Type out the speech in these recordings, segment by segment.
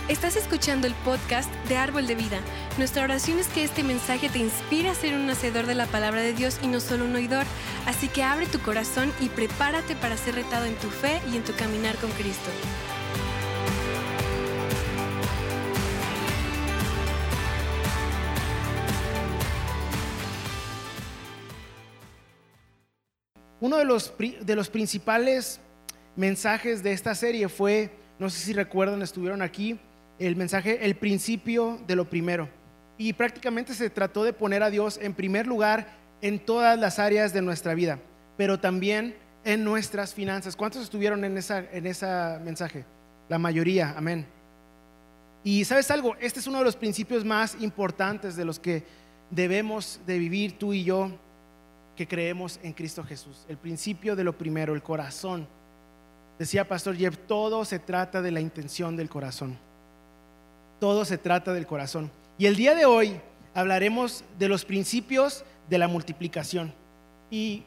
Estás escuchando el podcast de Árbol de Vida. Nuestra oración es que este mensaje te inspire a ser un hacedor de la palabra de Dios y no solo un oidor. Así que abre tu corazón y prepárate para ser retado en tu fe y en tu caminar con Cristo. Uno de los principales mensajes de esta serie fue, no sé si recuerdan, estuvieron aquí, el mensaje, el principio de lo primero. Y prácticamente se trató de poner a Dios en primer lugar en todas las áreas de nuestra vida, pero también en nuestras finanzas. ¿Cuántos estuvieron en ese mensaje? La mayoría, amén. Y ¿sabes algo? Este es uno de los principios más importantes de los que debemos de vivir tú y yo, que creemos en Cristo Jesús. El principio de lo primero, el corazón. Decía Pastor Jeff, todo se trata de la intención del corazón. Todo se trata del corazón. Y el día de hoy hablaremos de los principios de la multiplicación. Y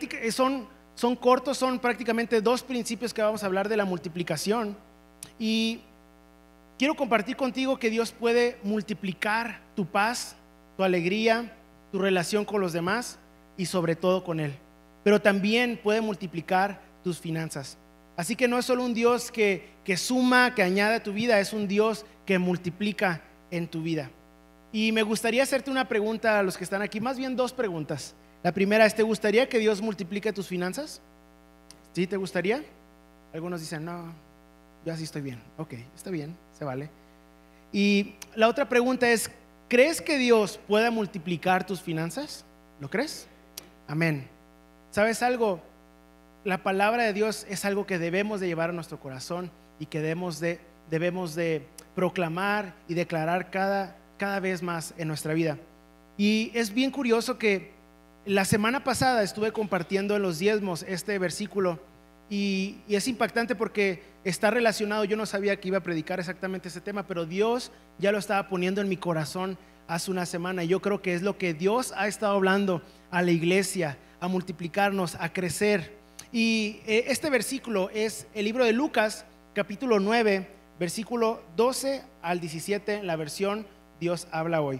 son cortos, son prácticamente dos principios que vamos a hablar de la multiplicación. Y quiero compartir contigo que Dios puede multiplicar tu paz, tu alegría, tu relación con los demás y sobre todo con Él. Pero también puede multiplicar tus finanzas. Así que no es solo un Dios que suma, que añade a tu vida, es un Dios que multiplica en tu vida. Y me gustaría hacerte una pregunta a los que están aquí, más bien dos preguntas. La primera es, ¿te gustaría que Dios multiplique tus finanzas? ¿Sí te gustaría? Algunos dicen, no, yo así estoy bien. Ok, está bien, se vale. Y la otra pregunta es, ¿crees que Dios pueda multiplicar tus finanzas? ¿Lo crees? Amén. ¿Sabes algo? La palabra de Dios es algo que debemos de llevar a nuestro corazón y que debemos de proclamar y declarar cada vez más en nuestra vida. Y es bien curioso que la semana pasada estuve compartiendo en los diezmos este versículo y es impactante porque está relacionado. Yo no sabía que iba a predicar exactamente ese tema, pero Dios ya lo estaba poniendo en mi corazón hace una semana, y yo creo que es lo que Dios ha estado hablando a la iglesia, a multiplicarnos, a crecer. Y este versículo es el libro de Lucas, capítulo 9, versículo 12 al 17, en la versión Dios habla hoy.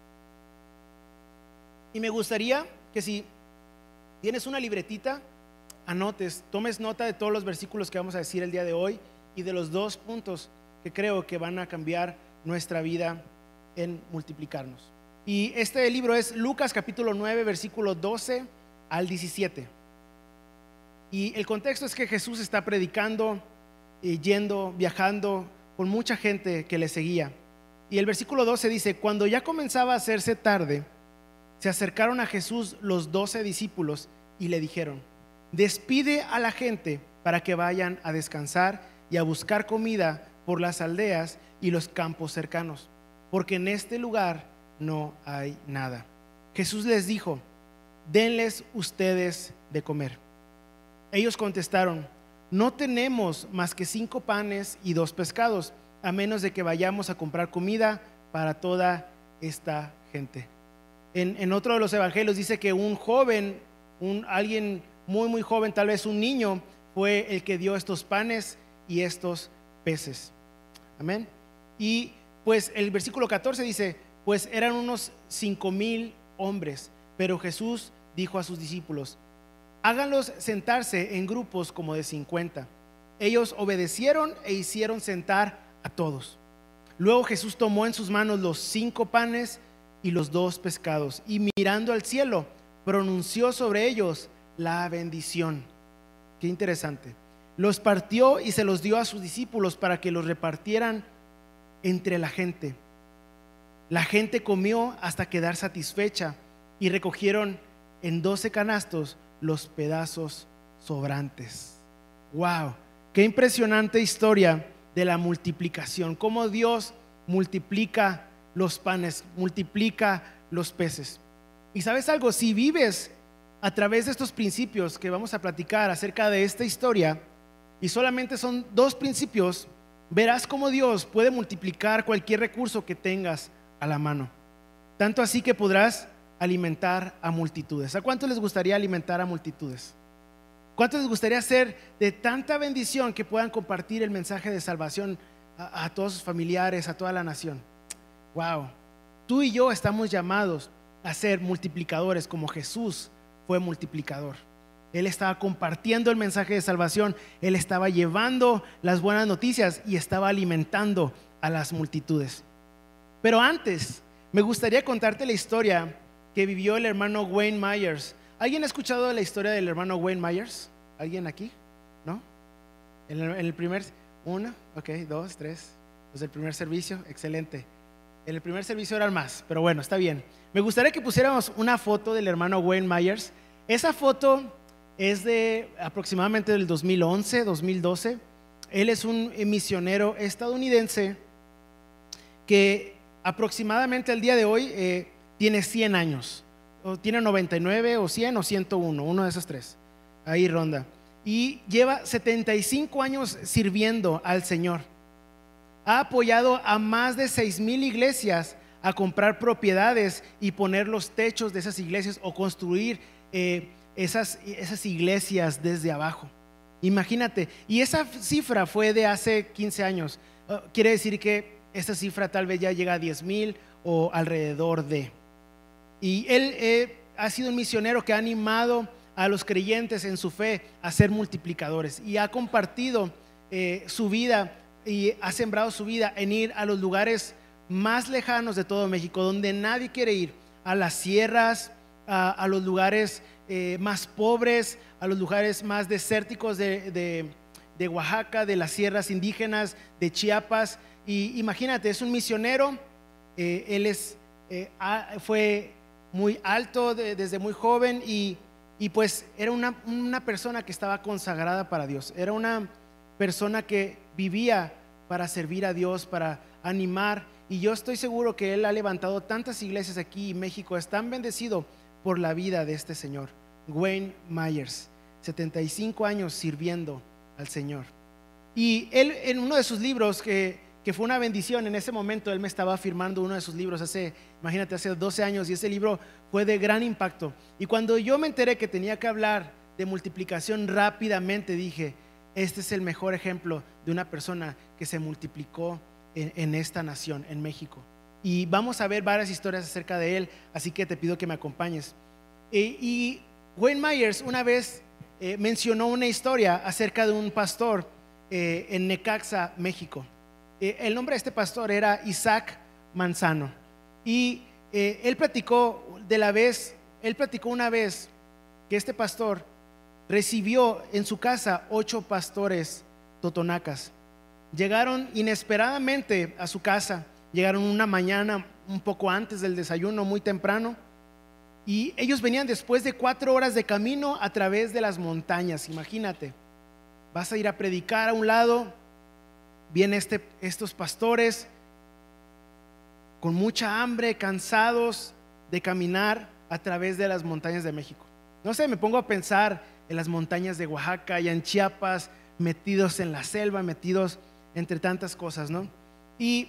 Y me gustaría que si tienes una libretita, anotes, tomes nota de todos los versículos que vamos a decir el día de hoy y de los dos puntos que creo que van a cambiar nuestra vida en multiplicarnos. Y este libro es Lucas capítulo 9, versículo 12 al 17. Y el contexto es que Jesús está predicando, viajando con mucha gente que le seguía. Y el versículo 12 dice, cuando ya comenzaba a hacerse tarde, se acercaron a Jesús los 12 discípulos y le dijeron, despide a la gente para que vayan a descansar y a buscar comida por las aldeas y los campos cercanos, porque en este lugar no hay nada. Jesús les dijo, denles ustedes de comer. Ellos contestaron, no tenemos más que 5 panes y 2 pescados, a menos de que vayamos a comprar comida para toda esta gente. En otro de los evangelios dice que un joven, alguien muy muy joven, tal vez un niño, fue el que dio estos panes y estos peces. Amén. Y pues el versículo 14 dice, pues eran unos 5,000 hombres, pero Jesús dijo a sus discípulos, háganlos sentarse en grupos como de 50. Ellos obedecieron e hicieron sentar a todos. Luego Jesús tomó en sus manos los 5 panes y los 2 pescados y mirando al cielo pronunció sobre ellos la bendición. Qué interesante. Los partió y se los dio a sus discípulos para que los repartieran entre la gente. La gente comió hasta quedar satisfecha y recogieron en 12 canastos los pedazos sobrantes. Wow, qué impresionante historia de la multiplicación, cómo Dios multiplica los panes, multiplica los peces. Y sabes algo, si vives a través de estos principios que vamos a platicar acerca de esta historia, y solamente son 2 principios, verás cómo Dios puede multiplicar cualquier recurso que tengas a la mano, tanto así que podrás alimentar a multitudes. ¿A cuántos les gustaría alimentar a multitudes? ¿Cuántos les gustaría ser de tanta bendición que puedan compartir el mensaje de salvación a todos sus familiares, a toda la nación. Wow, tú y yo estamos llamados a ser multiplicadores como Jesús fue multiplicador. Él estaba compartiendo el mensaje de salvación, Él estaba llevando las buenas noticias y estaba alimentando a las multitudes. Pero antes, me gustaría contarte la historia que vivió el hermano Wayne Myers. ¿Alguien ha escuchado la historia del hermano Wayne Myers? ¿Alguien aquí? ¿No? En el primer, uno, ok, dos, tres. Pues el primer servicio, excelente. En el primer servicio eran más, pero bueno, está bien. Me gustaría que pusiéramos una foto del hermano Wayne Myers. Esa foto es de aproximadamente del 2011, 2012. Él es un misionero estadounidense que aproximadamente el día de hoy tiene 100 años. O tiene 99 o 100 o 101, uno de esos tres. Ahí ronda. Y lleva 75 años sirviendo al Señor. Ha apoyado a más de 6,000 iglesias a comprar propiedades y poner los techos de esas iglesias o construir esas iglesias desde abajo. Imagínate, y esa cifra fue de hace 15 años. Quiere decir que esta cifra tal vez ya llega a 10,000 o alrededor de. Y él ha sido un misionero que ha animado a los creyentes en su fe a ser multiplicadores y ha compartido su vida y ha sembrado su vida en ir a los lugares más lejanos de todo México, donde nadie quiere ir, a las sierras, a los lugares más pobres, a los lugares más desérticos de Oaxaca, de las sierras indígenas, de Chiapas. Y imagínate, es un misionero. Él fue muy alto desde muy joven y pues era una persona que estaba consagrada para Dios. Era una persona que vivía para servir a Dios, para animar. Y yo estoy seguro que él ha levantado tantas iglesias aquí, y México es tan bendecido por la vida de este señor, Wayne Myers, 75 años sirviendo al Señor. Y él, en uno de sus libros, que fue una bendición en ese momento, él me estaba firmando uno de sus libros imagínate, hace 12 años, y ese libro fue de gran impacto. Y cuando yo me enteré que tenía que hablar de multiplicación rápidamente, dije, este es el mejor ejemplo de una persona que se multiplicó en esta nación, en México. Y vamos a ver varias historias acerca de él, así que te pido que me acompañes. Y Wayne Myers una vez mencionó una historia acerca de un pastor en Necaxa, México. El nombre de este pastor era Isaac Manzano. Y él platicó una vez que este pastor recibió en su casa 8 pastores totonacas. Llegaron inesperadamente a su casa. Llegaron una mañana un poco antes del desayuno, muy temprano. Y ellos venían después de 4 horas de camino a través de las montañas. Imagínate, vas a ir a predicar a un lado. Vienen estos pastores con mucha hambre, cansados de caminar a través de las montañas de México. No sé, me pongo a pensar en las montañas de Oaxaca y en Chiapas, metidos en la selva, metidos entre tantas cosas, ¿no? Y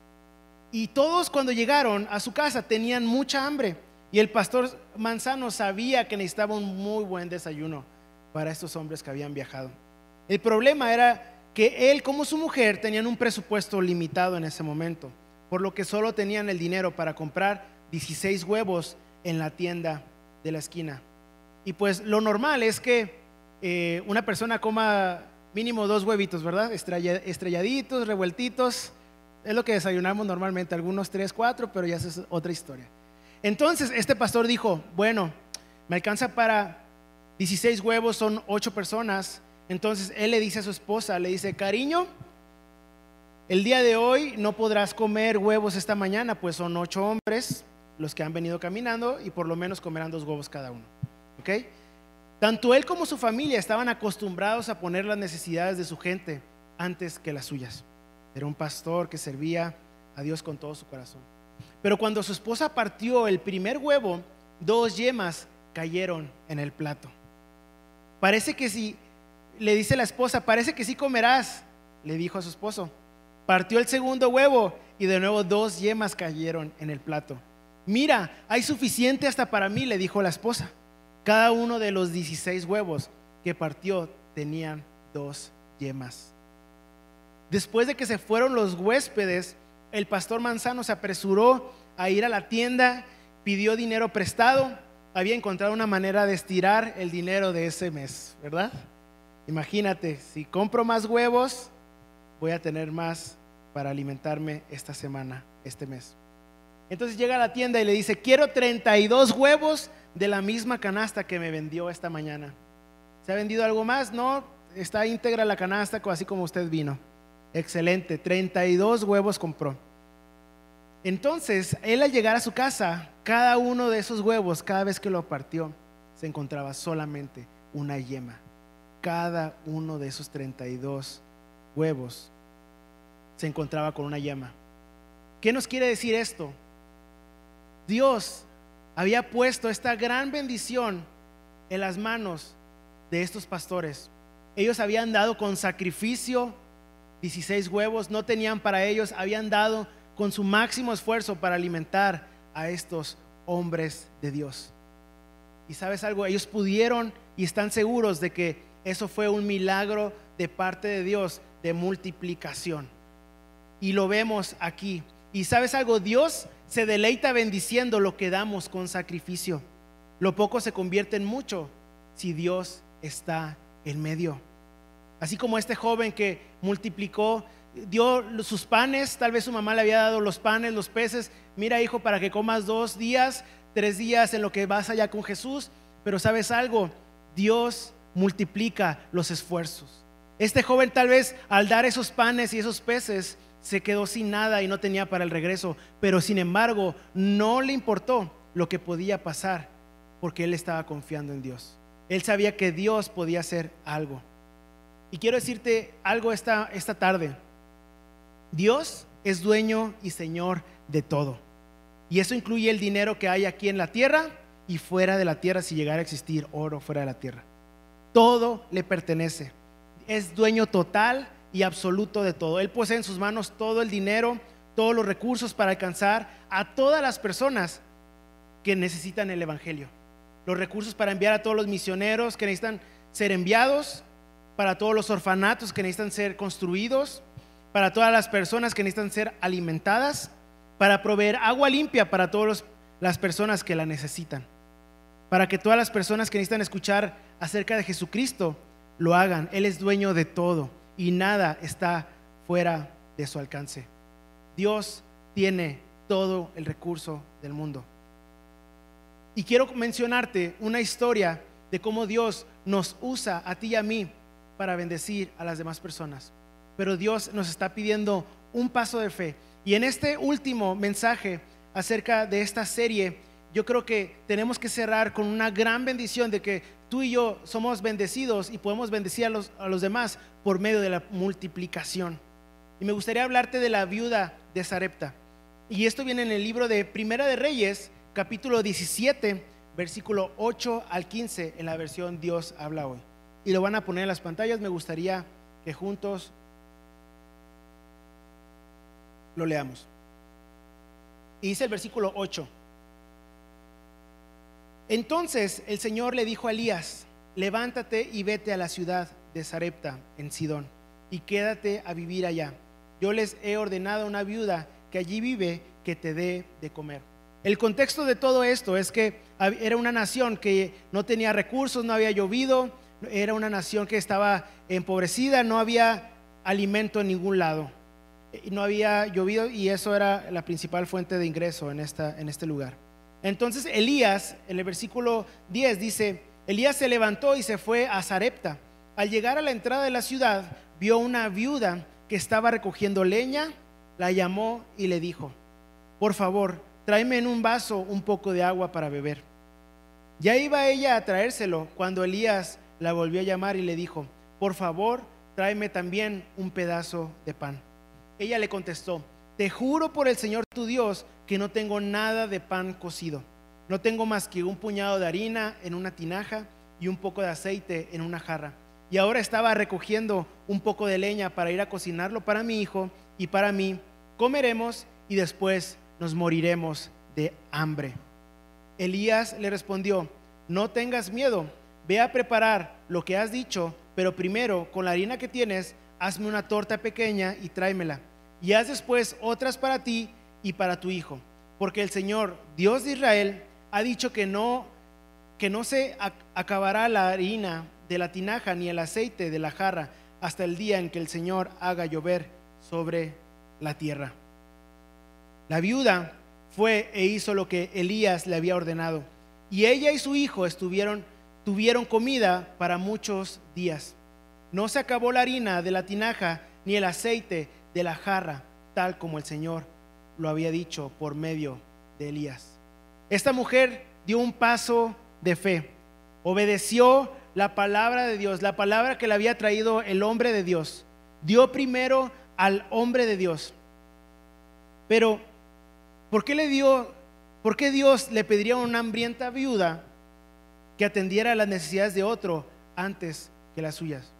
todos cuando llegaron a su casa tenían mucha hambre. Y el pastor Manzano sabía que necesitaba un muy buen desayuno para estos hombres que habían viajado. El problema era que él como su mujer tenían un presupuesto limitado en ese momento, por lo que solo tenían el dinero para comprar 16 huevos en la tienda de la esquina. Y pues lo normal es que una persona coma mínimo 2 huevitos, ¿verdad? Estrelladitos, revueltitos. Es lo que desayunamos normalmente, algunos 3, 4, pero ya esa es otra historia. Entonces este pastor dijo, bueno, me alcanza para 16 huevos, son 8 personas. Entonces él le dice a su esposa, le dice, cariño, el día de hoy no podrás comer huevos esta mañana, pues son 8 hombres los que han venido caminando y por lo menos comerán 2 huevos cada uno. ¿Ok? Tanto él como su familia estaban acostumbrados a poner las necesidades de su gente antes que las suyas. Era un pastor que servía a Dios con todo su corazón. Pero cuando su esposa partió el primer huevo, 2 yemas cayeron en el plato. Parece que sí, le dice la esposa, parece que sí comerás, le dijo a su esposo. Partió el segundo huevo y de nuevo 2 yemas cayeron en el plato. Mira, hay suficiente hasta para mí, le dijo la esposa. Cada uno de los 16 huevos que partió tenían 2 yemas. Después de que se fueron los huéspedes, el pastor Manzano se apresuró a ir a la tienda, pidió dinero prestado, había encontrado una manera de estirar el dinero de ese mes, ¿verdad? Imagínate, si compro más huevos, voy a tener más para alimentarme esta semana, este mes. Entonces llega a la tienda y le dice: quiero 32 huevos de la misma canasta que me vendió esta mañana. ¿Se ha vendido algo más? No, está íntegra la canasta, así como usted vino. Excelente, 32 huevos compró. Entonces, él al llegar a su casa, cada uno de esos huevos, cada vez que lo partió, se encontraba solamente una yema. Cada uno de esos 32 huevos se encontraba con una yema. ¿Qué nos quiere decir esto? Dios había puesto esta gran bendición en las manos de estos pastores. Ellos habían dado con sacrificio 16 huevos, no tenían para ellos, habían dado con su máximo esfuerzo para alimentar a estos hombres de Dios. Y sabes algo, ellos pudieron y están seguros de que eso fue un milagro de parte de Dios de multiplicación. Y lo vemos aquí. Y sabes algo, Dios se deleita bendiciendo lo que damos con sacrificio. Lo poco se convierte en mucho si Dios está en medio. Así como este joven que multiplicó, dio sus panes, tal vez su mamá le había dado los panes, los peces. Mira, hijo, para que comas 2 días, 3 días en lo que vas allá con Jesús. Pero sabes algo, Dios multiplica los esfuerzos. Este joven tal vez al dar esos panes y esos peces se quedó sin nada y no tenía para el regreso, pero sin embargo no le importó lo que podía pasar, porque él estaba confiando en Dios. Él sabía que Dios podía hacer algo. Y quiero decirte algo esta tarde. Dios es dueño y señor de todo, y eso incluye el dinero que hay aquí en la tierra y fuera de la tierra, si llegara a existir oro fuera de la tierra. Todo le pertenece. Es dueño total y absoluto de todo. Él posee en sus manos todo el dinero, todos los recursos para alcanzar a todas las personas que necesitan el evangelio. Los recursos para enviar a todos los misioneros que necesitan ser enviados, para todos los orfanatos que necesitan ser construidos, para todas las personas que necesitan ser alimentadas, para proveer agua limpia para todas las personas que la necesitan, para que todas las personas que necesitan escuchar acerca de Jesucristo lo hagan. Él es dueño de todo y nada está fuera de su alcance. Dios tiene todo el recurso del mundo. Y quiero mencionarte una historia de cómo Dios nos usa a ti y a mí para bendecir a las demás personas. Pero Dios nos está pidiendo un paso de fe. Y en este último mensaje acerca de esta serie, yo creo que tenemos que cerrar con una gran bendición de que tú y yo somos bendecidos y podemos bendecir a los demás por medio de la multiplicación. Y me gustaría hablarte de la viuda de Sarepta. Y esto viene en el libro de Primera de Reyes, capítulo 17, versículo 8 al 15, en la versión Dios habla hoy. Y lo van a poner en las pantallas. Me gustaría que juntos lo leamos. Y dice el versículo 8: Entonces el Señor le dijo a Elías: levántate y vete a la ciudad de Sarepta en Sidón y quédate a vivir allá. Yo les he ordenado a una viuda que allí vive que te dé de comer. El contexto de todo esto es que era una nación que no tenía recursos, no había llovido, era una nación que estaba empobrecida, no había alimento en ningún lado, no había llovido, y eso era la principal fuente de ingreso en este lugar. Entonces Elías, en el versículo 10 dice: Elías se levantó y se fue a Sarepta. Al llegar a la entrada de la ciudad, vio una viuda que estaba recogiendo leña, la llamó y le dijo: por favor, tráeme en un vaso un poco de agua para beber. Ya iba ella a traérselo cuando Elías la volvió a llamar y le dijo: por favor, tráeme también un pedazo de pan. Ella le contestó: te juro por el Señor tu Dios que no tengo nada de pan cocido. No tengo más que un puñado de harina en una tinaja y un poco de aceite en una jarra. Y ahora estaba recogiendo un poco de leña para ir a cocinarlo para mi hijo y para mí. Comeremos y después nos moriremos de hambre. Elías le respondió: no tengas miedo, ve a preparar lo que has dicho, pero primero con la harina que tienes hazme una torta pequeña y tráemela. Y haz después otras para ti y para tu hijo. Porque el Señor, Dios de Israel, ha dicho que no se acabará la harina de la tinaja ni el aceite de la jarra hasta el día en que el Señor haga llover sobre la tierra. La viuda fue e hizo lo que Elías le había ordenado, y ella y su hijo tuvieron comida para muchos días. No se acabó la harina de la tinaja ni el aceite de la jarra, tal como el Señor lo había dicho por medio de Elías. Esta mujer dio un paso de fe, obedeció la palabra de Dios, la palabra que le había traído el hombre de Dios. Dio primero al hombre de Dios. Pero ¿por qué Dios le pediría a una hambrienta viuda que atendiera las necesidades de otro antes que las suyas?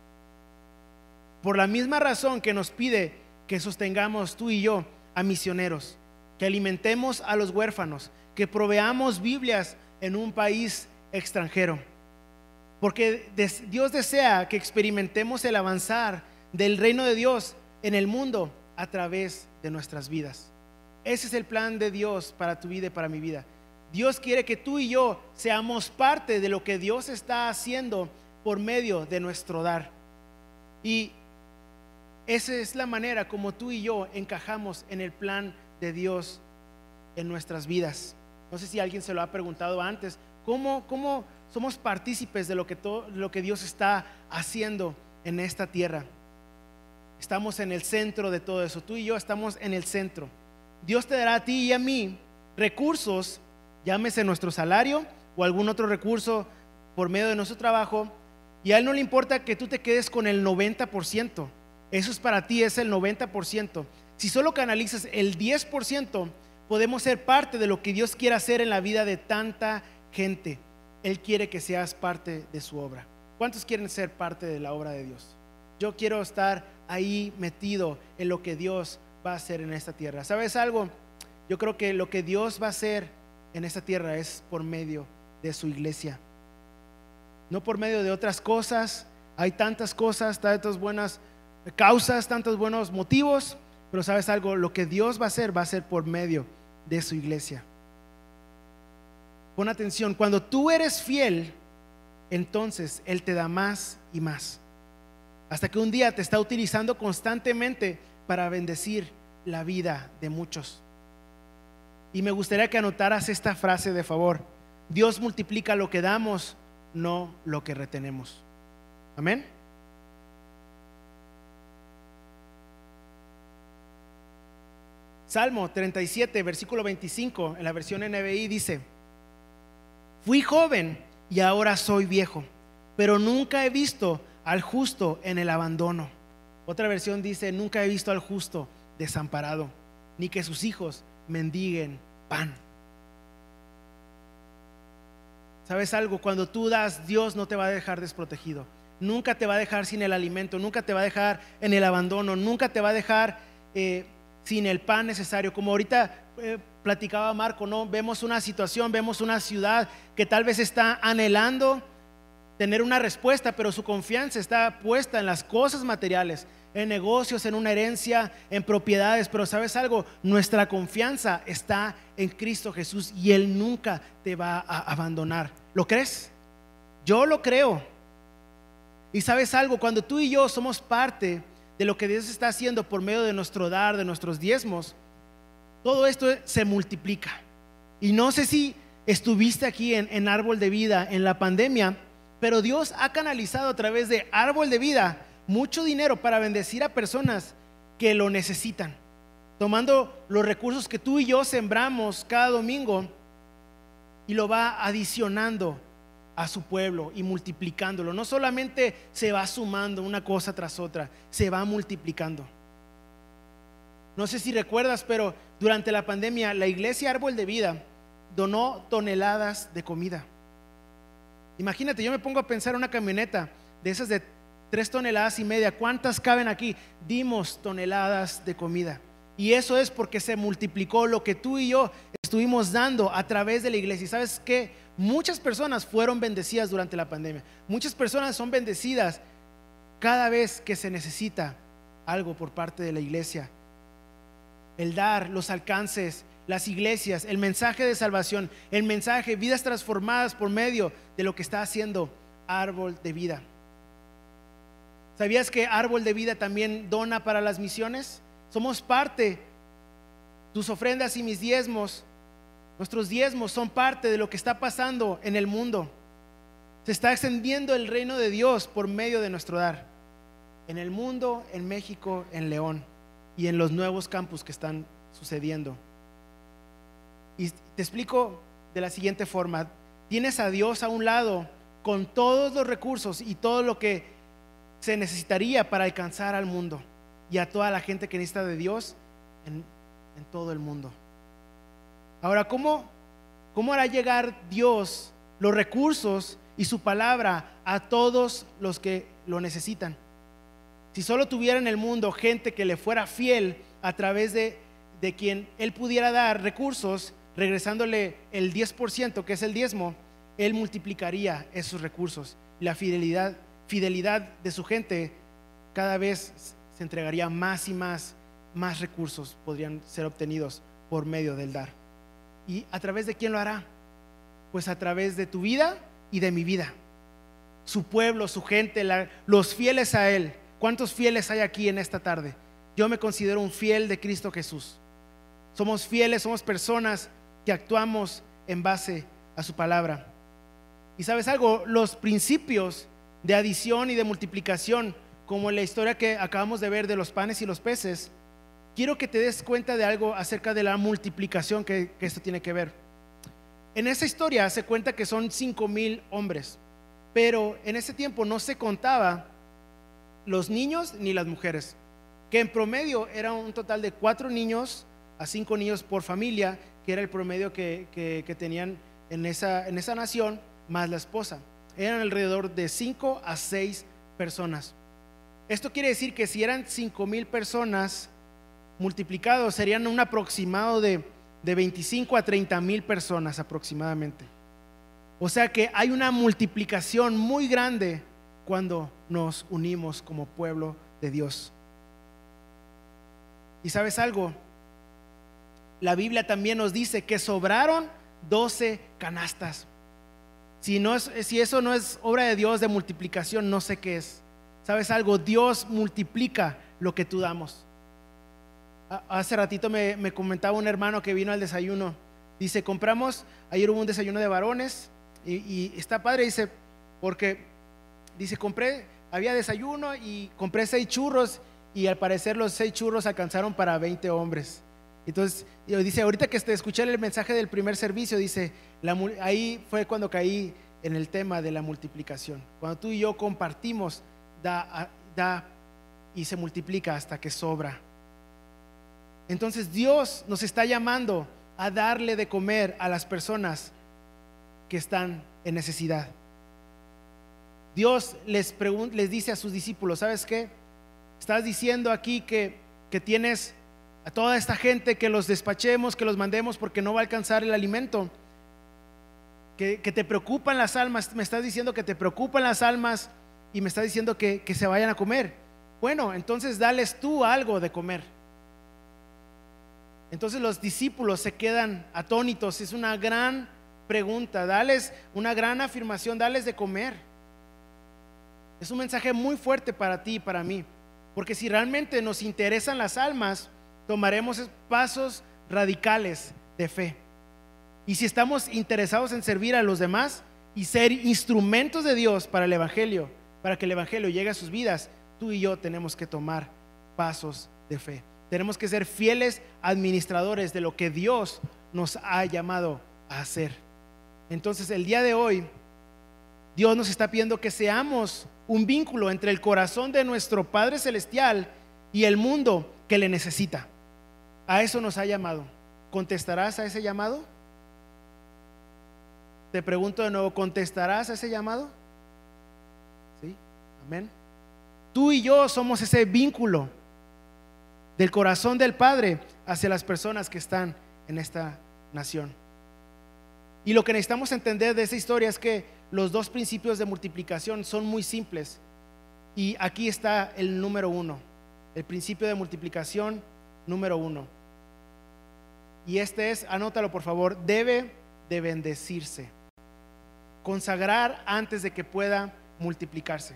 Por la misma razón que nos pide que sostengamos tú y yo a misioneros, que alimentemos a los huérfanos, que proveamos Biblias en un país extranjero. Porque Dios desea que experimentemos el avanzar del reino de Dios en el mundo a través de nuestras vidas. Ese es el plan de Dios para tu vida y para mi vida. Dios quiere que tú y yo seamos parte de lo que Dios está haciendo por medio de nuestro dar. Y esa es la manera como tú y yo encajamos en el plan de Dios en nuestras vidas. No sé si alguien se lo ha preguntado antes. ¿Cómo somos partícipes de lo que Dios está haciendo en esta tierra? Estamos en el centro de todo eso. Tú y yo estamos en el centro. Dios te dará a ti y a mí recursos, llámese nuestro salario o algún otro recurso por medio de nuestro trabajo, y a Él no le importa que tú te quedes con el 90%. Eso es para ti, es el 90%. Si solo canalizas el 10%, podemos ser parte de lo que Dios quiere hacer en la vida de tanta gente. Él quiere que seas parte de su obra. ¿Cuántos quieren ser parte de la obra de Dios? Yo quiero estar ahí metido en lo que Dios va a hacer en esta tierra. ¿Sabes algo? Yo creo que lo que Dios va a hacer en esta tierra es por medio de su iglesia, no por medio de otras cosas. Hay tantas cosas, tantas buenas causas, tantos buenos motivos, pero ¿sabes algo? Lo que Dios va a hacer por medio de su iglesia. Pon atención, cuando tú eres fiel, entonces Él te da más y más, hasta que un día te está utilizando constantemente para bendecir la vida de muchos. Y me gustaría que anotaras esta frase de favor: Dios multiplica lo que damos, no lo que retenemos. Amén. Salmo 37, versículo 25, en la versión NBI dice: fui joven y ahora soy viejo, pero nunca he visto al justo en el abandono. Otra versión dice: nunca he visto al justo desamparado, ni que sus hijos mendiguen pan. ¿Sabes algo? Cuando tú das, Dios no te va a dejar desprotegido. Nunca te va a dejar sin el alimento, nunca te va a dejar en el abandono, nunca te va a dejar sin el pan necesario. Como ahorita platicaba Marco, ¿no? Vemos una situación, vemos una ciudad que tal vez está anhelando tener una respuesta, pero su confianza está puesta en las cosas materiales, en negocios, en una herencia, en propiedades. Pero ¿sabes algo? Nuestra confianza está en Cristo Jesús y Él nunca te va a abandonar. ¿Lo crees? Yo lo creo. Y ¿sabes algo? Cuando tú y yo somos parte de lo que Dios está haciendo por medio de nuestro dar, de nuestros diezmos, todo esto se multiplica. Y no sé si estuviste aquí en Árbol de Vida en la pandemia, pero Dios ha canalizado a través de Árbol de Vida mucho dinero para bendecir a personas que lo necesitan, tomando los recursos que tú y yo sembramos cada domingo y lo va adicionando a su pueblo y multiplicándolo. No solamente se va sumando una cosa tras otra, se va multiplicando. No sé si recuerdas, pero durante la pandemia la iglesia Árbol de Vida donó toneladas de comida. Imagínate, yo me pongo a pensar una camioneta de esas de 3,5 toneladas, ¿cuántas caben aquí? Dimos toneladas de comida. Y eso es porque se multiplicó lo que tú y yo estuvimos dando a través de la iglesia. Y ¿sabes qué? Muchas personas fueron bendecidas durante la pandemia. Muchas personas son bendecidas cada vez que se necesita algo por parte de la iglesia. El dar, los alcances, las iglesias, el mensaje de salvación, el mensaje, vidas transformadas por medio de lo que está haciendo Árbol de Vida. ¿Sabías que Árbol de Vida también dona para las misiones? Somos parte. Tus ofrendas y mis diezmos, nuestros diezmos son parte de lo que está pasando en el mundo. Se está extendiendo el reino de Dios por medio de nuestro dar. En el mundo, en México, en León y en los nuevos campus que están sucediendo. Y te explico de la siguiente forma. Tienes a Dios a un lado con todos los recursos y todo lo que se necesitaría para alcanzar al mundo y a toda la gente que necesita de Dios en todo el mundo. Ahora, ¿cómo hará llegar Dios los recursos y su palabra a todos los que lo necesitan? Si solo tuviera en el mundo gente que le fuera fiel a través de quien Él pudiera dar recursos, regresándole el 10%, que es el diezmo, Él multiplicaría esos recursos. Y la fidelidad de su gente cada vez se entregaría más y más recursos podrían ser obtenidos por medio del dar. ¿Y a través de quién lo hará? Pues a través de tu vida y de mi vida. Su pueblo, su gente, los fieles a Él. ¿Cuántos fieles hay aquí en esta tarde? Yo me considero un fiel de Cristo Jesús. Somos fieles, somos personas que actuamos en base a su palabra. Y ¿sabes algo? Los principios de adición y de multiplicación, como en la historia que acabamos de ver de los panes y los peces, quiero que te des cuenta de algo acerca de la multiplicación que esto tiene que ver. En esa historia se cuenta que son 5,000 hombres, pero en ese tiempo no se contaba los niños ni las mujeres, que en promedio era un total de 4 niños a 5 niños por familia, que era el promedio que tenían en esa nación, más la esposa. Eran alrededor de 5 a 6 personas. Esto quiere decir que si eran 5,000 personas multiplicados, serían un aproximado de 25 a 30,000 personas aproximadamente. O sea que hay una multiplicación muy grande cuando nos unimos como pueblo de Dios. ¿Y sabes algo? La Biblia también nos dice que sobraron 12 canastas. Si eso no es obra de Dios de multiplicación, no sé qué es. ¿Sabes algo? Dios multiplica lo que tú damos. Hace ratito me comentaba un hermano que vino al desayuno. Dice, ayer hubo un desayuno de varones y está padre, dice, porque dice, había desayuno y compré 6 churros y al parecer los 6 churros alcanzaron para 20 hombres. Entonces, dice, ahorita que escuché el mensaje del primer servicio, dice, ahí fue cuando caí en el tema de la multiplicación. Cuando tú y yo compartimos, da y se multiplica hasta que sobra. Entonces Dios nos está llamando a darle de comer a las personas que están en necesidad. Dios les dice a sus discípulos, ¿sabes qué? Estás diciendo aquí que tienes a toda esta gente, que los despachemos, que los mandemos porque no va a alcanzar el alimento, que te preocupan las almas. Me estás diciendo que te preocupan las almas y me estás diciendo que se vayan a comer. Bueno, entonces dales tú algo de comer. Entonces los discípulos se quedan atónitos. Es una gran pregunta, dales una gran afirmación, dales de comer. Es un mensaje muy fuerte para ti y para mí, porque si realmente nos interesan las almas, tomaremos pasos radicales de fe. Y si estamos interesados en servir a los demás y ser instrumentos de Dios para el Evangelio, para que el Evangelio llegue a sus vidas, tú y yo tenemos que tomar pasos de fe. Tenemos que ser fieles administradores de lo que Dios nos ha llamado a hacer. Entonces, el día de hoy, Dios nos está pidiendo que seamos un vínculo entre el corazón de nuestro Padre Celestial y el mundo que le necesita. A eso nos ha llamado. ¿Contestarás a ese llamado? Te pregunto de nuevo, ¿contestarás a ese llamado? ¿Sí? Amén. Tú y yo somos ese vínculo del corazón del Padre hacia las personas que están en esta nación. Y lo que necesitamos entender de esta historia es que los 2 principios de multiplicación son muy simples. Y aquí está el número 1. el principio de multiplicación número 1. Y este es, anótalo por favor, debe de bendecirse. Consagrar antes de que pueda multiplicarse.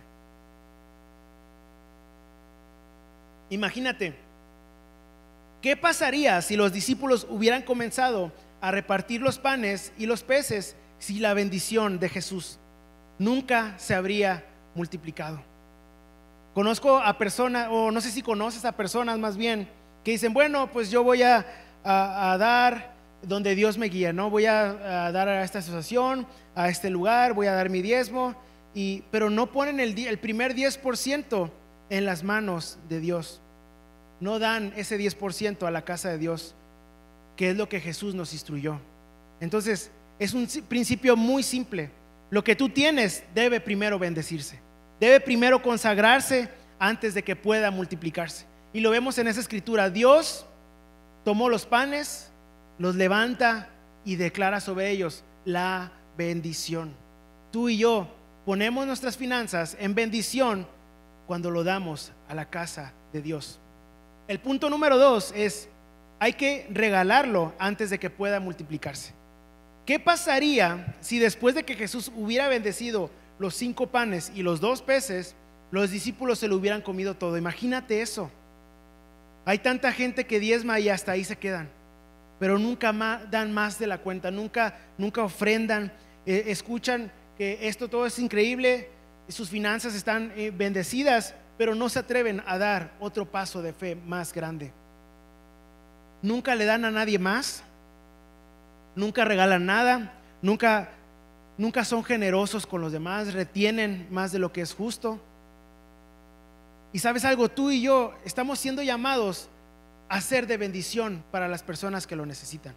Imagínate, ¿qué pasaría si los discípulos hubieran comenzado a repartir los panes y los peces si la bendición de Jesús nunca se habría multiplicado? Conozco a personas, o no sé si conoces a personas más bien, que dicen, bueno, pues yo voy a dar donde Dios me guía, ¿no? Voy a dar a esta asociación, a este lugar, voy a dar mi diezmo, pero no ponen el primer 10% en las manos de Dios. No dan ese 10% a la casa de Dios, que es lo que Jesús nos instruyó. Entonces, es un principio muy simple. Lo que tú tienes debe primero bendecirse, debe primero consagrarse antes de que pueda multiplicarse. Y lo vemos en esa escritura. Dios tomó los panes, los levanta y declara sobre ellos la bendición. Tú y yo ponemos nuestras finanzas en bendición cuando lo damos a la casa de Dios. El punto número 2 es, hay que regalarlo antes de que pueda multiplicarse. ¿Qué pasaría si después de que Jesús hubiera bendecido los 5 panes y los 2 peces, los discípulos se lo hubieran comido todo? Imagínate eso. Hay tanta gente que diezma y hasta ahí se quedan, pero nunca dan más de la cuenta, nunca ofrendan, escuchan que esto todo es increíble, sus finanzas están bendecidas, pero no se atreven a dar otro paso de fe más grande. Nunca le dan a nadie más, nunca regalan nada, nunca son generosos con los demás, retienen más de lo que es justo. Y sabes algo, tú y yo estamos siendo llamados a ser de bendición para las personas que lo necesitan.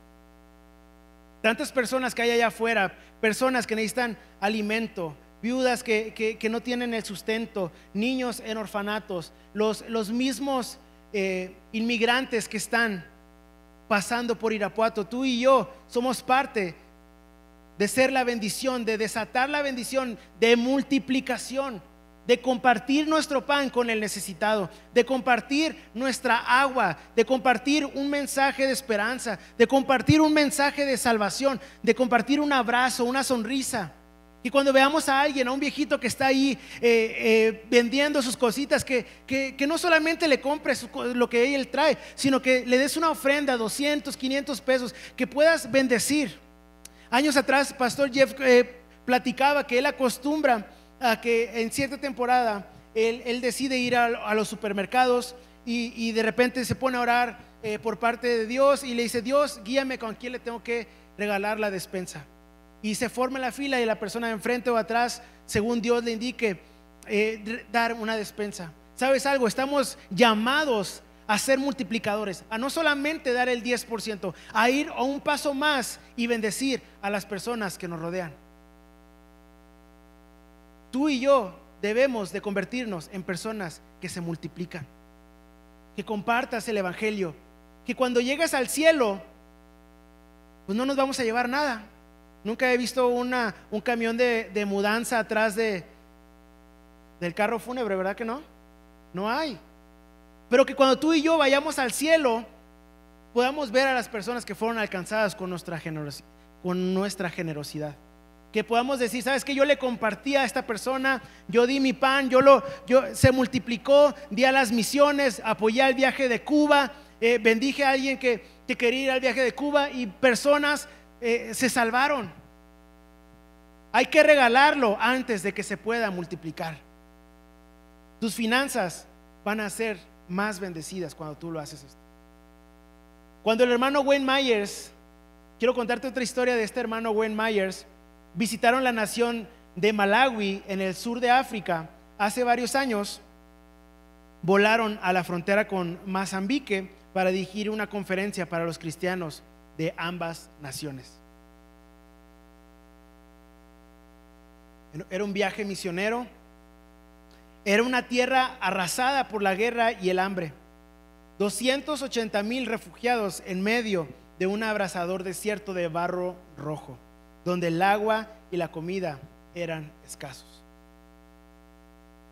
Tantas personas que hay allá afuera, personas que necesitan alimento, viudas que no tienen el sustento, niños en orfanatos, los mismos inmigrantes que están pasando por Irapuato. Tú y yo somos parte de ser la bendición, de desatar la bendición de multiplicación, de compartir nuestro pan con el necesitado, de compartir nuestra agua, de compartir un mensaje de esperanza, de compartir un mensaje de salvación, de compartir un abrazo, una sonrisa. Y cuando veamos a alguien, a un viejito que está ahí vendiendo sus cositas, que no solamente le compres lo que él trae, sino que le des una ofrenda, 200, 500 pesos, que puedas bendecir. Años atrás, Pastor Jeff platicaba que él acostumbra a que en cierta temporada él decide ir a los supermercados y de repente se pone a orar por parte de Dios y le dice: Dios, guíame con quién le tengo que regalar la despensa. Y se forma la fila y la persona de enfrente o atrás, según Dios le indique, dar una despensa. ¿Sabes algo? Estamos llamados a ser multiplicadores, a no solamente dar el 10%, a ir a un paso más y bendecir a las personas que nos rodean. Tú y yo debemos de convertirnos en personas que se multiplican, que compartas el evangelio, que cuando llegues al cielo, pues no nos vamos a llevar nada. Nunca he visto un camión de mudanza atrás del carro fúnebre, ¿verdad que no? No hay. Pero que cuando tú y yo vayamos al cielo, podamos ver a las personas que fueron alcanzadas con nuestra generosidad. Que podamos decir: ¿sabes qué? Yo le compartí a esta persona, yo di mi pan, se multiplicó, di a las misiones, apoyé al viaje de Cuba, bendije a alguien que quería ir al viaje de Cuba y personas se salvaron. Hay que regalarlo antes de que se pueda multiplicar. Tus finanzas van a ser más bendecidas cuando tú lo haces esto. Cuando el hermano Wayne Myers, quiero contarte otra historia de este hermano Wayne Myers, visitaron la nación de Malawi en el sur de África hace varios años. Volaron a la frontera con Mozambique para dirigir una conferencia para los cristianos de ambas naciones. Era un viaje misionero. Era una tierra arrasada por la guerra y el hambre. 280,000 refugiados en medio de un abrasador desierto de barro rojo, donde el agua y la comida eran escasos.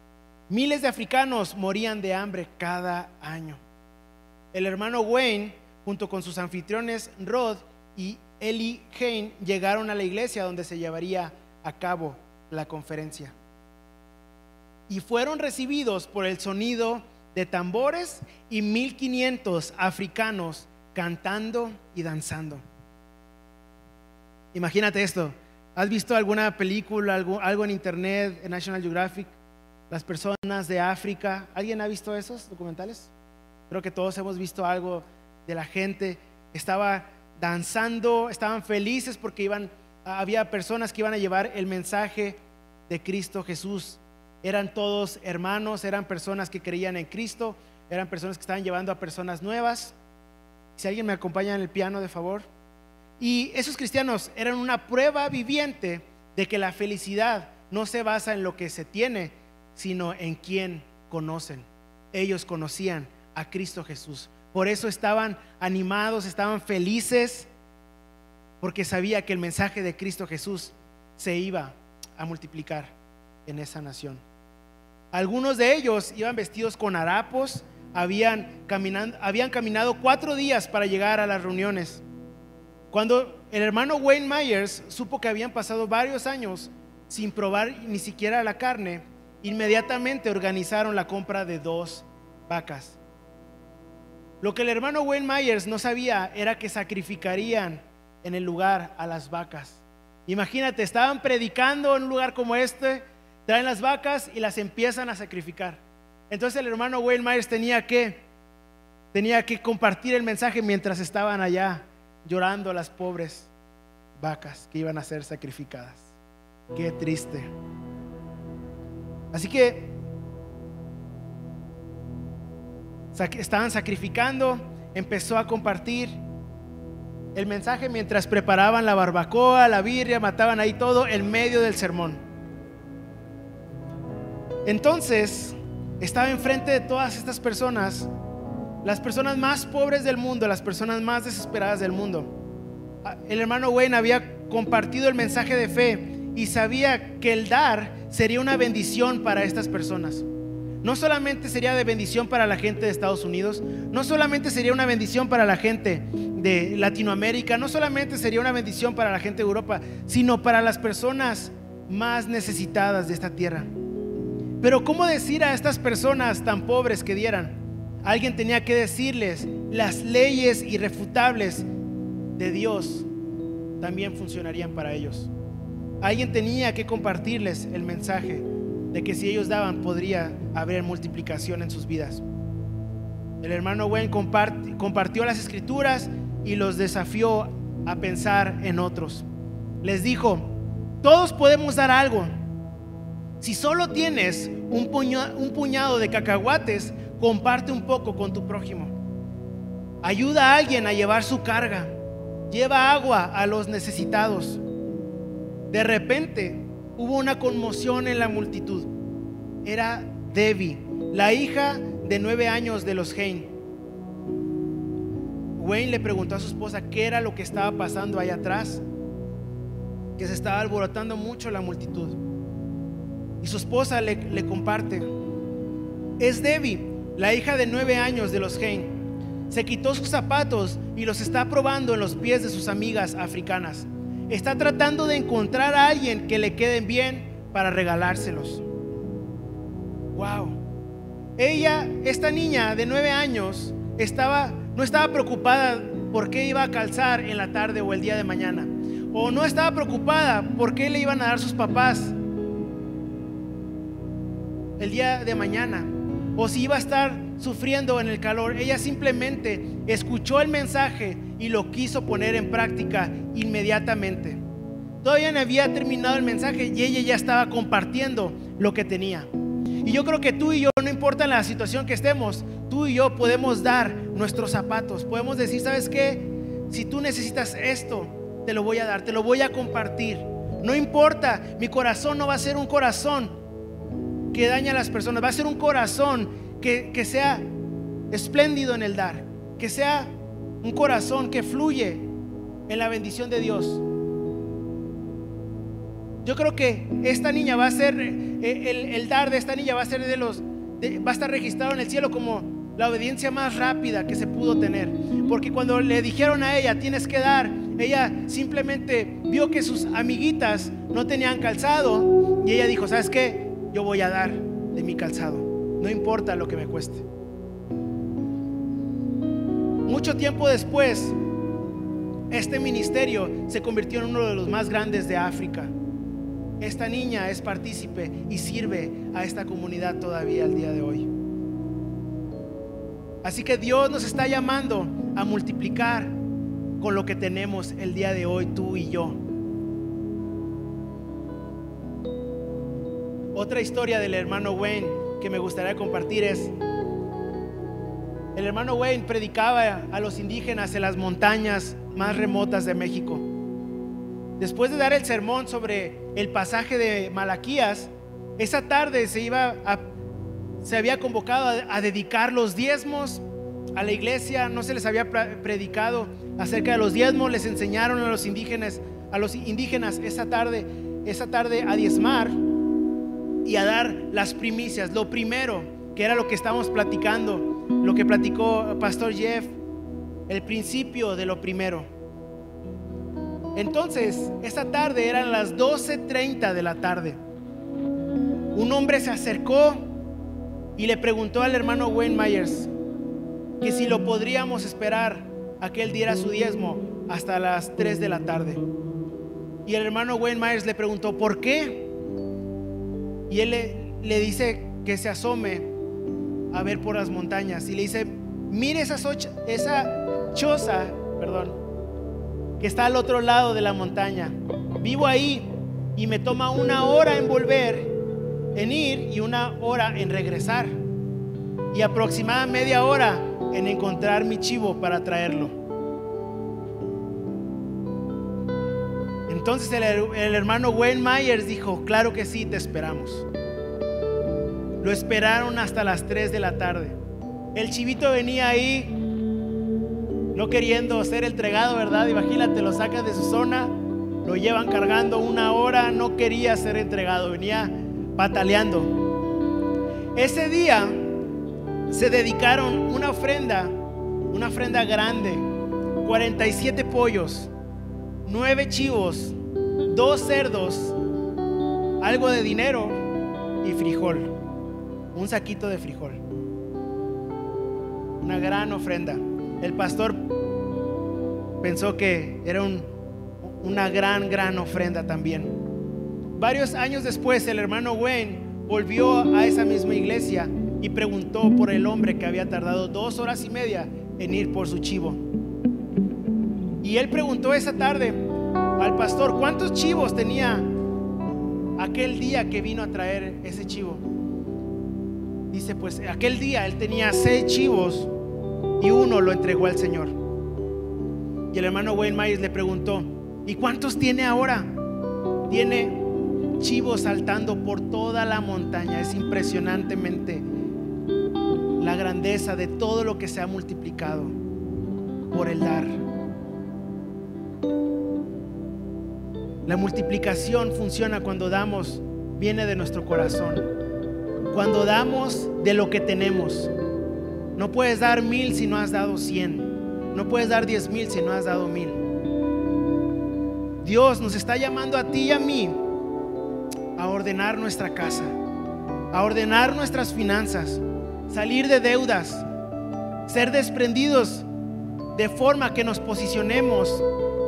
Miles de africanos morían de hambre cada año. El hermano Wayne, junto con sus anfitriones Rod y Eli Hain, llegaron a la iglesia donde se llevaría a cabo la conferencia. Y fueron recibidos por el sonido de tambores y 1500 africanos cantando y danzando. Imagínate esto. ¿Has visto alguna película, algo en internet, en National Geographic? Las personas de África. ¿Alguien ha visto esos documentales? Creo que todos hemos visto algo de la gente. Estaba danzando, estaban felices porque había personas que iban a llevar el mensaje de Cristo Jesús. Eran todos hermanos, eran personas que creían en Cristo, eran personas que estaban llevando a personas nuevas. Si alguien me acompaña en el piano, de favor. Y esos cristianos eran una prueba viviente de que la felicidad no se basa en lo que se tiene, sino en quien conocen. Ellos conocían a Cristo Jesús. Por eso estaban animados, estaban felices, porque sabía que el mensaje de Cristo Jesús se iba a multiplicar en esa nación. Algunos de ellos iban vestidos con harapos, habían caminado 4 días para llegar a las reuniones. Cuando el hermano Wayne Myers supo que habían pasado varios años sin probar ni siquiera la carne, inmediatamente organizaron la compra de 2 vacas. Lo que el hermano Wayne Myers no sabía era que sacrificarían en el lugar a las vacas. Imagínate, estaban predicando en un lugar como este, traen las vacas y las empiezan a sacrificar. Entonces el hermano Wayne Myers tenía que compartir el mensaje mientras estaban allá llorando las pobres vacas que iban a ser sacrificadas. Qué triste. Así que estaban sacrificando, empezó a compartir el mensaje mientras preparaban la barbacoa, la birria, mataban ahí todo en medio del sermón. Entonces estaba enfrente de todas estas personas, las personas más pobres del mundo, las personas más desesperadas del mundo. El hermano Wayne había compartido el mensaje de fe y sabía que el dar sería una bendición para estas personas. No solamente sería de bendición para la gente de Estados Unidos, no solamente sería una bendición para la gente de Latinoamérica, no solamente sería una bendición para la gente de Europa, sino para las personas más necesitadas de esta tierra. Pero ¿cómo decir a estas personas tan pobres que dieran? Alguien tenía que decirles: las leyes irrefutables de Dios también funcionarían para ellos. Alguien tenía que compartirles el mensaje de que si ellos daban, podría haber multiplicación en sus vidas. El hermano Wayne compartió las escrituras y los desafió a pensar en otros. Les dijo: todos podemos dar algo. Si solo tienes un puñado de cacahuates, comparte un poco con tu prójimo. Ayuda a alguien a llevar su carga. Lleva agua a los necesitados. De repente hubo una conmoción en la multitud. Era Debbie, la hija de 9 años de los Hain. Wayne le preguntó a su esposa qué era lo que estaba pasando ahí atrás, que se estaba alborotando mucho la multitud. Y su esposa le comparte: es Debbie, la hija de 9 años de los Hain. Se quitó sus zapatos y los está probando en los pies de sus amigas africanas. Está tratando de encontrar a alguien que le queden bien para regalárselos. Wow. Ella, esta niña de 9 años, no estaba preocupada por qué iba a calzar en la tarde o el día de mañana, o no estaba preocupada por qué le iban a dar sus papás el día de mañana, o si iba a estar sufriendo en el calor. Ella simplemente escuchó el mensaje y lo quiso poner en práctica inmediatamente. Todavía no había terminado el mensaje y ella ya estaba compartiendo lo que tenía. Y yo creo que tú y yo, no importa la situación que estemos, tú y yo podemos dar nuestros zapatos. Podemos decir: ¿sabes qué? Si tú necesitas esto, te lo voy a dar, te lo voy a compartir. No importa, mi corazón no va a ser un corazón que daña a las personas, va a ser un corazón que sea espléndido en el dar, que sea un corazón que fluye en la bendición de Dios. Yo creo que esta niña va a ser, el dar de esta niña va a ser va a estar registrado en el cielo como la obediencia más rápida que se pudo tener. Porque cuando le dijeron a ella, tienes que dar, ella simplemente vio que sus amiguitas no tenían calzado y ella dijo, ¿sabes qué? Yo voy a dar de mi calzado, no importa lo que me cueste. Mucho tiempo después, este ministerio se convirtió en uno de los más grandes de África. Esta niña es partícipe y sirve a esta comunidad todavía al día de hoy. Así que Dios nos está llamando a multiplicar con lo que tenemos el día de hoy, tú y yo. Otra historia del hermano Wayne que me gustaría compartir es: el hermano Wayne predicaba a los indígenas en las montañas más remotas de México. Después de dar el sermón sobre el pasaje de Malaquías, esa tarde se había convocado a dedicar los diezmos a la iglesia. No se les había predicado acerca de los diezmos. Les enseñaron a los indígenas esa tarde a diezmar y a dar las primicias, lo primero, que era lo que estábamos platicando, lo que platicó Pastor Jeff, el principio de lo primero. Entonces, esa tarde eran las 12:30 de la tarde. Un hombre se acercó y le preguntó al hermano Wayne Myers que si lo podríamos esperar a que él diera su diezmo hasta las 3 de la tarde. Y el hermano Wayne Myers le preguntó ¿por qué? Y él le dice que se asome a ver por las montañas y le dice, mire esa choza, que está al otro lado de la montaña. Vivo ahí y me toma 1 hora en volver, en ir, y 1 hora en regresar, y aproximadamente media hora en encontrar mi chivo para traerlo. Entonces el hermano Wayne Myers dijo, claro que sí, te esperamos. Lo esperaron hasta las 3 de la tarde. El chivito venía ahí no queriendo ser entregado, ¿verdad? Imagínate, lo sacan de su zona, lo llevan cargando 1 hora, no quería ser entregado, venía pataleando. Ese día se dedicaron una ofrenda grande, 47 pollos, 9 chivos, 2 cerdos, algo de dinero y frijol, un saquito de frijol. Una gran ofrenda. El pastor pensó que era una gran ofrenda también. Varios años después, el hermano Wayne volvió a esa misma iglesia y preguntó por el hombre que había tardado 2 horas y media en ir por su chivo. Y él preguntó esa tarde al pastor cuántos chivos tenía aquel día que vino a traer ese chivo. Dice, pues aquel día él tenía 6 chivos y 1 lo entregó al Señor. Y el hermano Wayne Myers le preguntó, ¿y cuántos tiene ahora? Tiene chivos saltando por toda la montaña. Es impresionantemente la grandeza de todo lo que se ha multiplicado por el dar. La multiplicación funciona cuando damos, viene de nuestro corazón. Cuando damos de lo que tenemos. No puedes dar 1000 si no has dado 100. No puedes dar 10,000 si no has dado 1000. Dios nos está llamando a ti y a mí a ordenar nuestra casa, a ordenar nuestras finanzas, salir de deudas, ser desprendidos de forma que nos posicionemos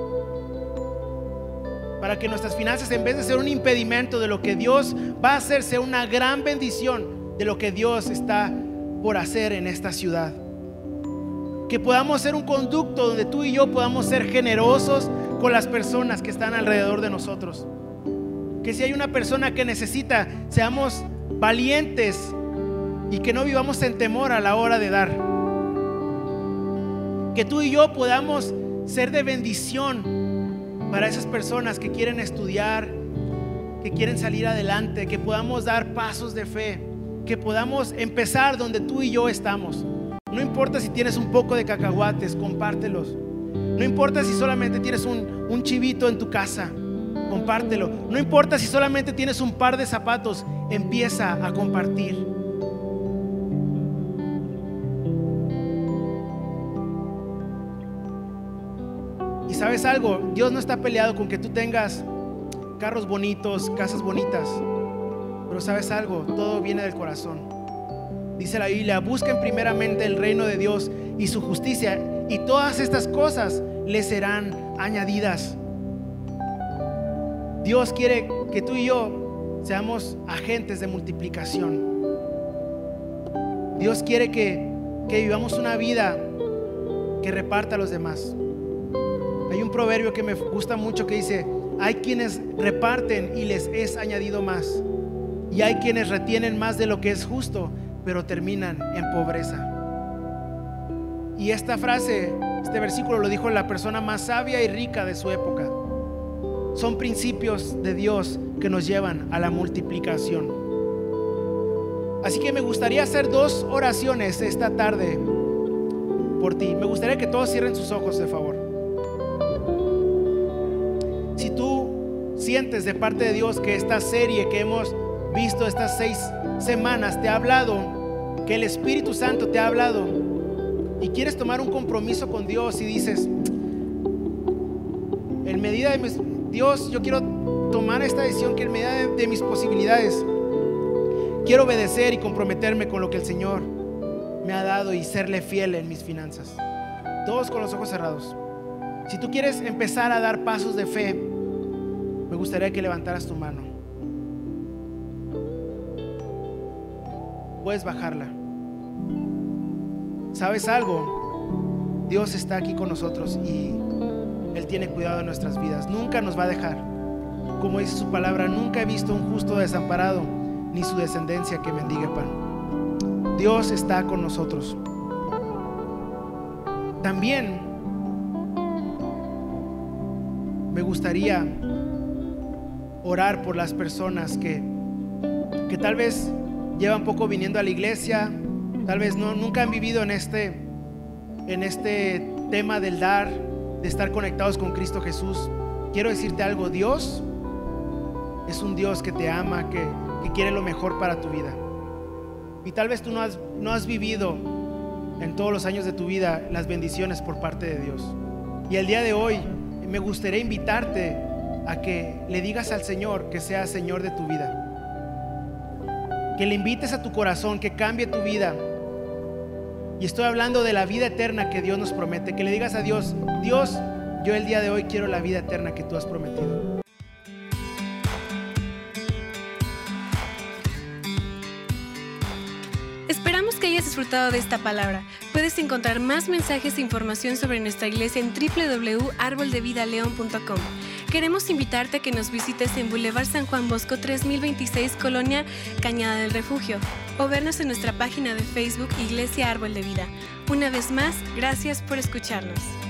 para que nuestras finanzas, en vez de ser un impedimento de lo que Dios va a hacer, sea una gran bendición de lo que Dios está por hacer en esta ciudad. Que podamos ser un conducto donde tú y yo podamos ser generosos con las personas que están alrededor de nosotros. Que si hay una persona que necesita, seamos valientes y que no vivamos en temor a la hora de dar. Que tú y yo podamos ser de bendición para esas personas que quieren estudiar, que quieren salir adelante, que podamos dar pasos de fe, que podamos empezar donde tú y yo estamos. No importa si tienes un poco de cacahuates, compártelos. No importa si solamente tienes un chivito en tu casa. compártelo. No importa si solamente tienes un par de zapatos, empieza a compartir. Y ¿sabes algo? Dios no está peleado con que tú tengas carros bonitos, casas bonitas. Pero ¿sabes algo? Todo viene del corazón. Dice la Biblia: busquen primeramente el reino de Dios y su justicia, y todas estas cosas les serán añadidas. Dios quiere que tú y yo seamos agentes de multiplicación. Dios quiere que vivamos una vida que reparta a los demás. Hay un proverbio que me gusta mucho que dice: hay quienes reparten y les es añadido más, y hay quienes retienen más de lo que es justo, pero terminan en pobreza. Y esta frase, este versículo lo dijo la persona más sabia y rica de su época. Son principios de Dios que nos llevan a la multiplicación. Así que me gustaría hacer 2 oraciones esta tarde por ti. Me gustaría que todos cierren sus ojos, de favor. Si tú sientes de parte de Dios que esta serie que hemos visto estas 6 semanas te ha hablado, que el Espíritu Santo te ha hablado, y quieres tomar un compromiso con Dios y dices: en medida de Dios, yo quiero tomar esta decisión, que en medida de mis posibilidades quiero obedecer y comprometerme con lo que el Señor me ha dado y serle fiel en mis finanzas. Todos con los ojos cerrados. Si tú quieres empezar a dar pasos de fe, me gustaría que levantaras tu mano. Puedes bajarla. ¿Sabes algo? Dios está aquí con nosotros y Él tiene cuidado de nuestras vidas. Nunca nos va a dejar. Como dice su palabra: nunca he visto un justo desamparado, ni su descendencia que mendigue pan. Dios está con nosotros. También me gustaría orar por las personas que tal vez llevan poco viniendo a la iglesia, tal vez nunca han vivido en este tema del dar, de estar conectados con Cristo Jesús. Quiero decirte algo: Dios es un Dios que te ama, que quiere lo mejor para tu vida. Y tal vez tú no has vivido en todos los años de tu vida las bendiciones por parte de Dios. Y el día de hoy me gustaría invitarte a que le digas al Señor que sea Señor de tu vida, que le invites a tu corazón, que cambie tu vida. Y estoy hablando de la vida eterna que Dios nos promete. Que le digas a Dios: Dios, yo el día de hoy quiero la vida eterna que tú has prometido. Esperamos que hayas disfrutado de esta palabra. Puedes encontrar más mensajes e información sobre nuestra iglesia en www.arboldevidaleon.com. Queremos invitarte a que nos visites en Boulevard San Juan Bosco 3026, Colonia Cañada del Refugio, o vernos en nuestra página de Facebook Iglesia Árbol de Vida. Una vez más, gracias por escucharnos.